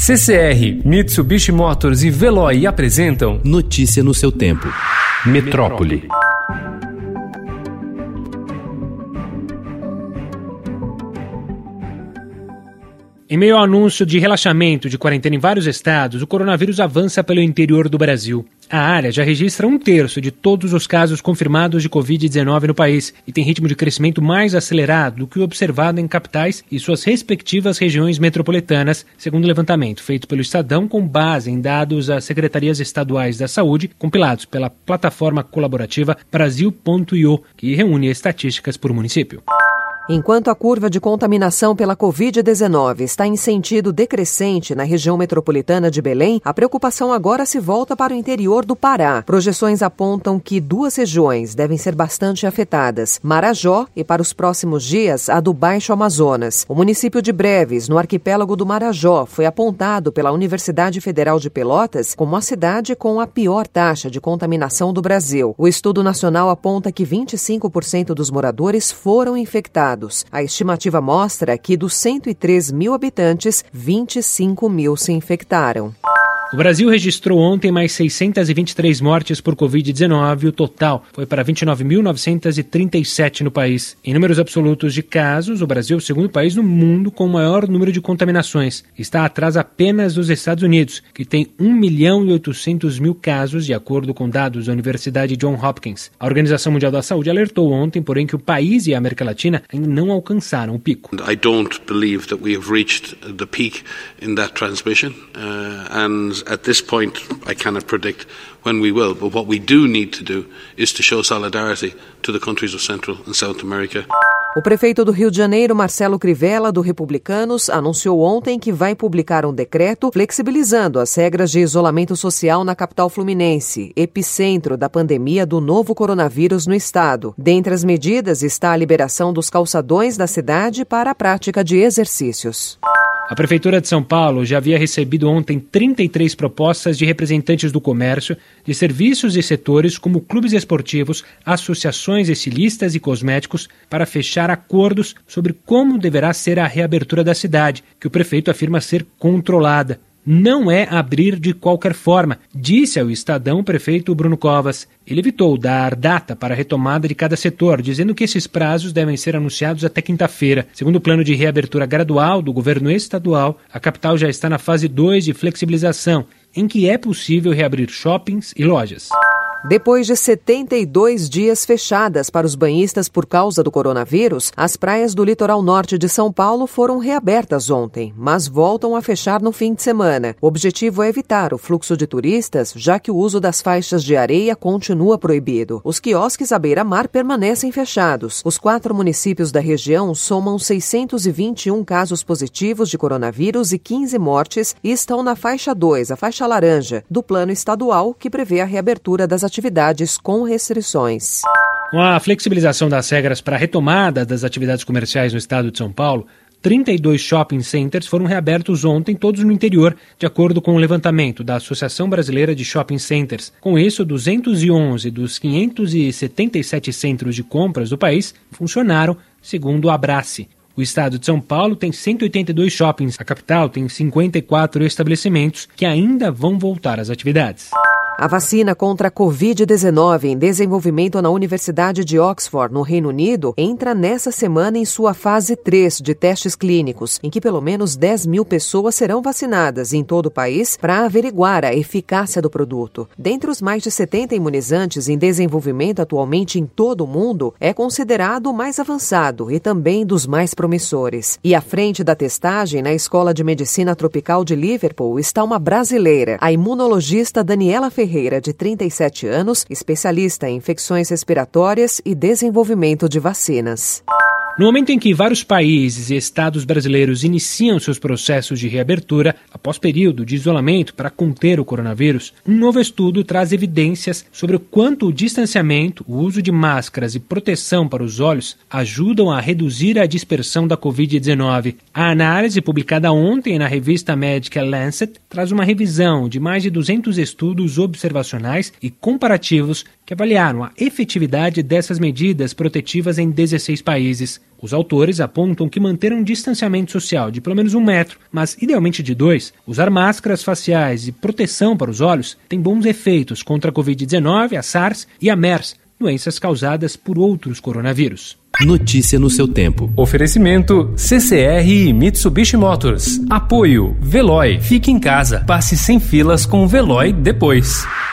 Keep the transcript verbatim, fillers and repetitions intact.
C C R, Mitsubishi Motors e Veloy apresentam Notícia no seu tempo. Metrópole. Em meio ao anúncio de relaxamento de quarentena em vários estados, o coronavírus avança pelo interior do Brasil. A área já registra um terço de todos os casos confirmados de covid dezenove no país e tem ritmo de crescimento mais acelerado do que o observado em capitais e suas respectivas regiões metropolitanas, segundo o levantamento feito pelo Estadão com base em dados das secretarias estaduais da saúde, compilados pela plataforma colaborativa Brasil ponto i o, que reúne estatísticas por município. Enquanto a curva de contaminação pela covid dezenove está em sentido decrescente na região metropolitana de Belém, a preocupação agora se volta para o interior do Pará. Projeções apontam que duas regiões devem ser bastante afetadas, Marajó e, para os próximos dias, a do Baixo Amazonas. O município de Breves, no arquipélago do Marajó, foi apontado pela Universidade Federal de Pelotas como a cidade com a pior taxa de contaminação do Brasil. O estudo nacional aponta que vinte e cinco por cento dos moradores foram infectados. A estimativa mostra que dos cento e três mil habitantes, vinte e cinco mil se infectaram. O Brasil registrou ontem mais seiscentas e vinte e três mortes por covid dezenove. O total foi para vinte e nove mil novecentos e trinta e sete no país. Em números absolutos de casos, o Brasil é o segundo país no mundo com o maior número de contaminações. Está atrás apenas dos Estados Unidos, que tem um milhão e oitocentos mil casos, de acordo com dados da Universidade Johns Hopkins. A Organização Mundial da Saúde alertou ontem, porém, que o país e a América Latina ainda não alcançaram o pico. I don't believe that we have reached the peak in that transmission, uh, and at this point, I cannot predict when we will, but what we do need to do is to show solidarity to the countries of Central and South America. O prefeito do Rio de Janeiro, Marcelo Crivella, do Republicanos, anunciou ontem que vai publicar um decreto flexibilizando as regras de isolamento social na capital fluminense, epicentro da pandemia do novo coronavírus no estado. Dentre as medidas está a liberação dos calçadões da cidade para a prática de exercícios. A Prefeitura de São Paulo já havia recebido ontem trinta e três propostas de representantes do comércio, de serviços e setores como clubes esportivos, associações estilistas e cosméticos para fechar acordos sobre como deverá ser a reabertura da cidade, que o prefeito afirma ser controlada. Não é abrir de qualquer forma, disse ao Estadão o prefeito Bruno Covas. Ele evitou dar data para a retomada de cada setor, dizendo que esses prazos devem ser anunciados até quinta-feira. Segundo o plano de reabertura gradual do governo estadual, a capital já está na fase dois de flexibilização, em que é possível reabrir shoppings e lojas. Depois de setenta e dois dias fechadas para os banhistas por causa do coronavírus, as praias do litoral norte de São Paulo foram reabertas ontem, mas voltam a fechar no fim de semana. O objetivo é evitar o fluxo de turistas, já que o uso das faixas de areia continua proibido. Os quiosques à beira-mar permanecem fechados. Os quatro municípios da região somam seiscentos e vinte e um casos positivos de coronavírus e quinze mortes e estão na faixa dois, a faixa laranja, do plano estadual que prevê a reabertura das atividades atividades com restrições. Com a flexibilização das regras para a retomada das atividades comerciais no estado de São Paulo, trinta e dois shopping centers foram reabertos ontem, todos no interior, de acordo com o levantamento da Associação Brasileira de Shopping Centers. Com isso, duzentos e onze dos quinhentos e setenta e sete centros de compras do país funcionaram, segundo o Abrace. O estado de São Paulo tem cento e oitenta e dois shoppings, a capital tem cinquenta e quatro estabelecimentos que ainda vão voltar às atividades. A vacina contra a covid dezenove em desenvolvimento na Universidade de Oxford, no Reino Unido, entra nessa semana em sua fase três de testes clínicos, em que pelo menos dez mil pessoas serão vacinadas em todo o país para averiguar a eficácia do produto. Dentre os mais de setenta imunizantes em desenvolvimento atualmente em todo o mundo, é considerado o mais avançado e também dos mais promissores. E à frente da testagem, na Escola de Medicina Tropical de Liverpool, está uma brasileira, a imunologista Daniela Ferreira, Ferreira, de trinta e sete anos, especialista em infecções respiratórias e desenvolvimento de vacinas. No momento em que vários países e estados brasileiros iniciam seus processos de reabertura, após período de isolamento para conter o coronavírus, um novo estudo traz evidências sobre o quanto o distanciamento, o uso de máscaras e proteção para os olhos ajudam a reduzir a dispersão da covid dezenove. A análise, publicada ontem na revista médica Lancet, traz uma revisão de mais de duzentos estudos observacionais e comparativos que avaliaram a efetividade dessas medidas protetivas em dezesseis países. Os autores apontam que manter um distanciamento social de pelo menos um metro, mas idealmente de dois, usar máscaras faciais e proteção para os olhos tem bons efeitos contra a covid dezenove, a SARS e a MERS, doenças causadas por outros coronavírus. Notícia no seu tempo. Oferecimento C C R e Mitsubishi Motors. Apoio Veloy. Fique em casa. Passe sem filas com o Veloy depois.